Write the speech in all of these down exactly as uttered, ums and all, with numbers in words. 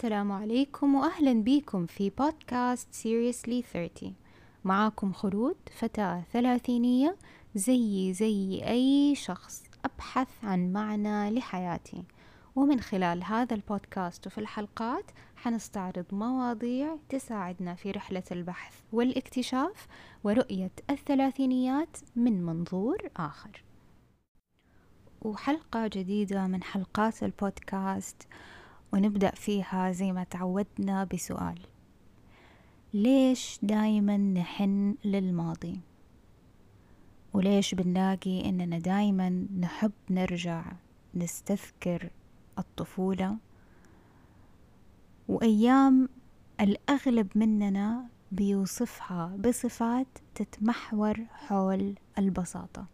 السلام عليكم وأهلا بيكم في بودكاست Seriously ثلاثين. معاكم خلود، فتاة ثلاثينية زي زي أي شخص أبحث عن معنى لحياتي، ومن خلال هذا البودكاست وفي الحلقات حنستعرض مواضيع تساعدنا في رحلة البحث والاكتشاف ورؤية الثلاثينيات من منظور آخر. وحلقة جديدة من حلقات البودكاست، ونبدأ فيها زي ما تعودنا بسؤال: ليش دايما نحن للماضي؟ وليش بنلاقي إننا دايما نحب نرجع نستذكر الطفولة وأيام الأغلب مننا بيوصفها بصفات تتمحور حول البساطة؟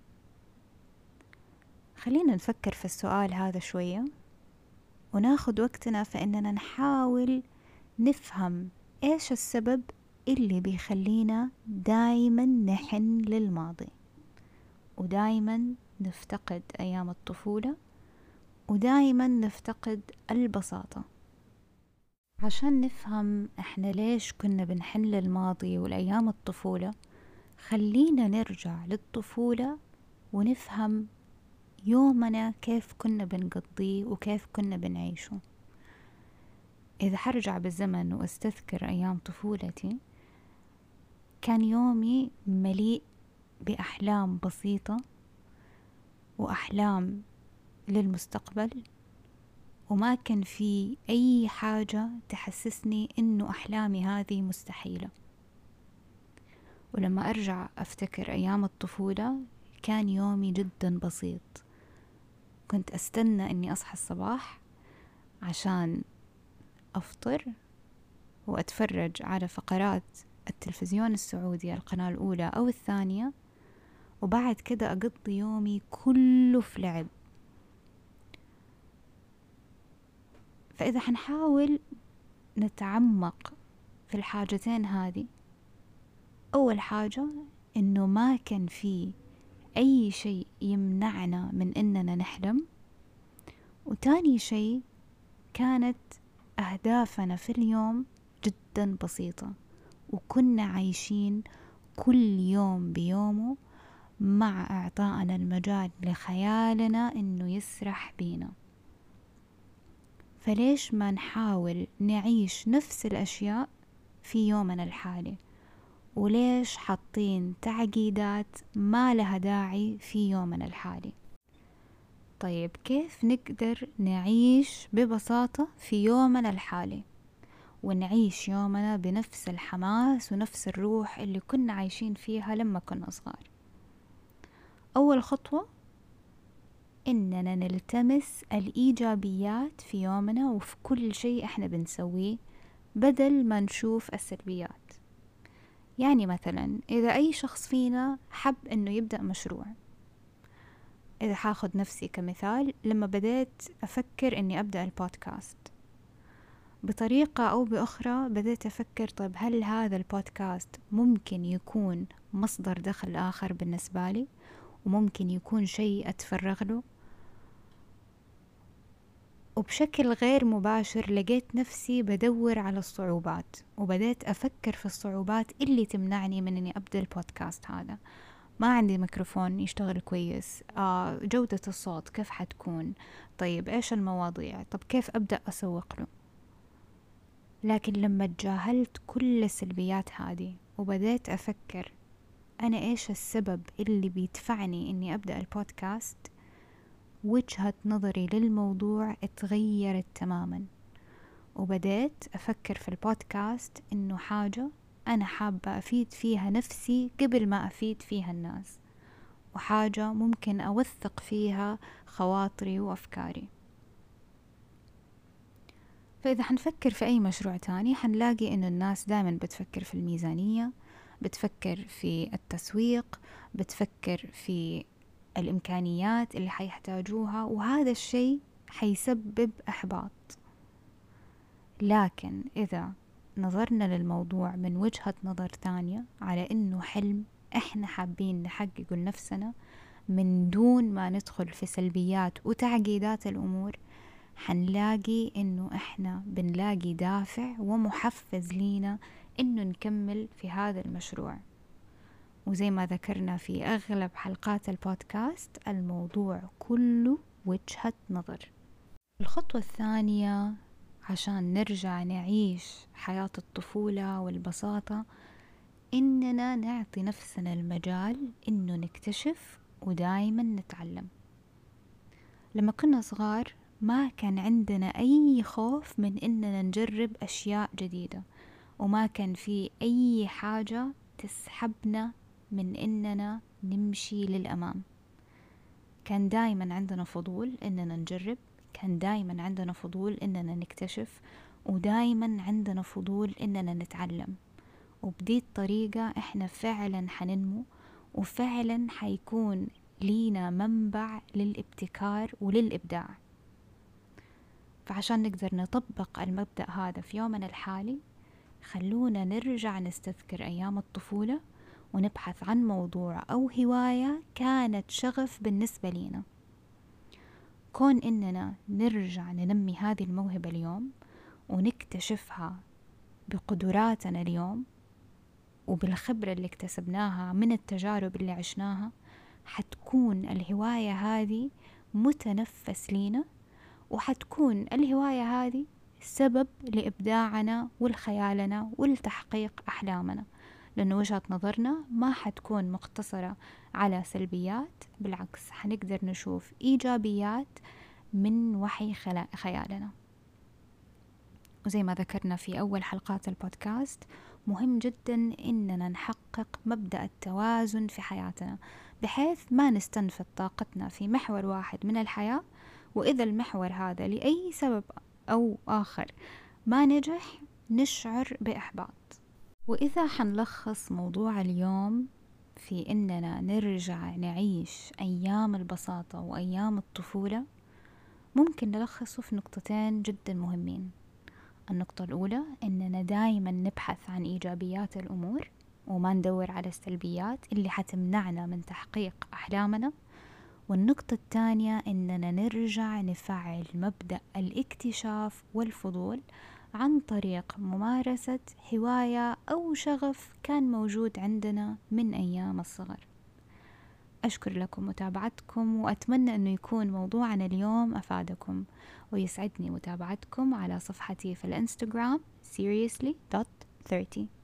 خلينا نفكر في السؤال هذا شوية وناخد وقتنا في إننا نحاول نفهم إيش السبب اللي بيخلينا دايما نحن للماضي، ودايما نفتقد أيام الطفولة، ودايما نفتقد البساطة. عشان نفهم إحنا ليش كنا بنحن للماضي والأيام الطفولة، خلينا نرجع للطفولة ونفهم يومنا كيف كنا بنقضيه وكيف كنا بنعيشه. إذا حرجع بالزمن واستذكر أيام طفولتي، كان يومي مليء بأحلام بسيطة وأحلام للمستقبل، وما كان في أي حاجة تحسسني إنه أحلامي هذه مستحيلة. ولما أرجع أفتكر أيام الطفولة كان يومي جدا بسيط. كنت أستنى إني أصحى الصباح عشان أفطر وأتفرج على فقرات التلفزيون السعودي، القناة الأولى أو الثانية، وبعد كده أقضي يومي كله في لعب. فإذا حنحاول نتعمق في الحاجتين هذه، أول حاجة إنه ما كان في أي شيء يمنعنا من إننا نحلم، وتاني شيء كانت أهدافنا في اليوم جدا بسيطة، وكنا عايشين كل يوم بيومه مع إعطائنا المجال لخيالنا إنه يسرح بينا. فليش ما نحاول نعيش نفس الأشياء في يومنا الحالي؟ وليش حاطين تعقيدات ما لها داعي في يومنا الحالي؟ طيب كيف نقدر نعيش ببساطة في يومنا الحالي ونعيش يومنا بنفس الحماس ونفس الروح اللي كنا عايشين فيها لما كنا صغار؟ أول خطوة إننا نلتمس الإيجابيات في يومنا وفي كل شيء إحنا بنسويه بدل ما نشوف السلبيات. يعني مثلا إذا أي شخص فينا حب إنه يبدأ مشروع، إذا حاخد نفسي كمثال، لما بديت أفكر إني أبدأ البودكاست بطريقة أو بأخرى، بديت أفكر طيب هل هذا البودكاست ممكن يكون مصدر دخل آخر بالنسبة لي، وممكن يكون شيء أتفرغ له؟ وبشكل غير مباشر لقيت نفسي بدور على الصعوبات، وبديت أفكر في الصعوبات اللي تمنعني من أني أبدأ البودكاست هذا. ما عندي ميكروفون يشتغل كويس، آه جودة الصوت كيف حتكون، طيب إيش المواضيع، طب كيف أبدأ أسوق له؟ لكن لما تجاهلت كل السلبيات هذه وبديت أفكر أنا إيش السبب اللي بيدفعني أني أبدأ البودكاست، وجهة نظري للموضوع اتغيرت تماما. وبدأت أفكر في البودكاست إنه حاجة أنا حابة أفيد فيها نفسي قبل ما أفيد فيها الناس، وحاجة ممكن أوثق فيها خواطري وأفكاري. فإذا حنفكر في أي مشروع تاني حنلاقي إنه الناس دائما بتفكر في الميزانية، بتفكر في التسويق، بتفكر في الإمكانيات اللي حيحتاجوها، وهذا الشيء حيسبب إحباط. لكن إذا نظرنا للموضوع من وجهة نظر ثانية، على إنه حلم إحنا حابين نحققه لنفسنا من دون ما ندخل في سلبيات وتعقيدات الأمور، حنلاقي إنه إحنا بنلاقي دافع ومحفز لينا إنه نكمل في هذا المشروع. وزي ما ذكرنا في أغلب حلقات البودكاست، الموضوع كله وجهة نظر. الخطوة الثانية عشان نرجع نعيش حياة الطفولة والبساطة، إننا نعطي نفسنا المجال إنه نكتشف ودايما نتعلم. لما كنا صغار ما كان عندنا أي خوف من إننا نجرب أشياء جديدة، وما كان في أي حاجة تسحبنا من إننا نمشي للأمام. كان دايما عندنا فضول إننا نجرب، كان دايما عندنا فضول إننا نكتشف، ودايما عندنا فضول إننا نتعلم. وبدي الطريقة إحنا فعلا حننمو، وفعلا حيكون لينا منبع للابتكار وللإبداع. فعشان نقدر نطبق المبدأ هذا في يومنا الحالي، خلونا نرجع نستذكر أيام الطفولة ونبحث عن موضوع أو هواية كانت شغف بالنسبة لينا. كون إننا نرجع ننمي هذه الموهبة اليوم ونكتشفها بقدراتنا اليوم وبالخبرة اللي اكتسبناها من التجارب اللي عشناها، حتكون الهواية هذه متنفس لينا، وحتكون الهواية هذه سبب لإبداعنا والخيالنا والتحقيق أحلامنا، لأن وجهة نظرنا ما حتكون مقتصرة على سلبيات، بالعكس حنقدر نشوف إيجابيات من وحي خيالنا. وزي ما ذكرنا في أول حلقات البودكاست، مهم جدا إننا نحقق مبدأ التوازن في حياتنا، بحيث ما نستنفذ طاقتنا في محور واحد من الحياة، وإذا المحور هذا لأي سبب أو آخر ما نجح نشعر بإحباط. وإذا حنلخص موضوع اليوم في إننا نرجع نعيش أيام البساطة وأيام الطفولة، ممكن نلخصه في نقطتين جدا مهمين. النقطة الأولى إننا دايما نبحث عن إيجابيات الأمور وما ندور على السلبيات اللي حتمنعنا من تحقيق أحلامنا. والنقطة الثانية إننا نرجع نفعل مبدأ الاكتشاف والفضول عن طريق ممارسة هواية أو شغف كان موجود عندنا من أيام الصغر. أشكر لكم متابعتكم، وأتمنى أنه يكون موضوعنا اليوم أفادكم، ويسعدني متابعتكم على صفحتي في الانستغرام seriously dot thirty.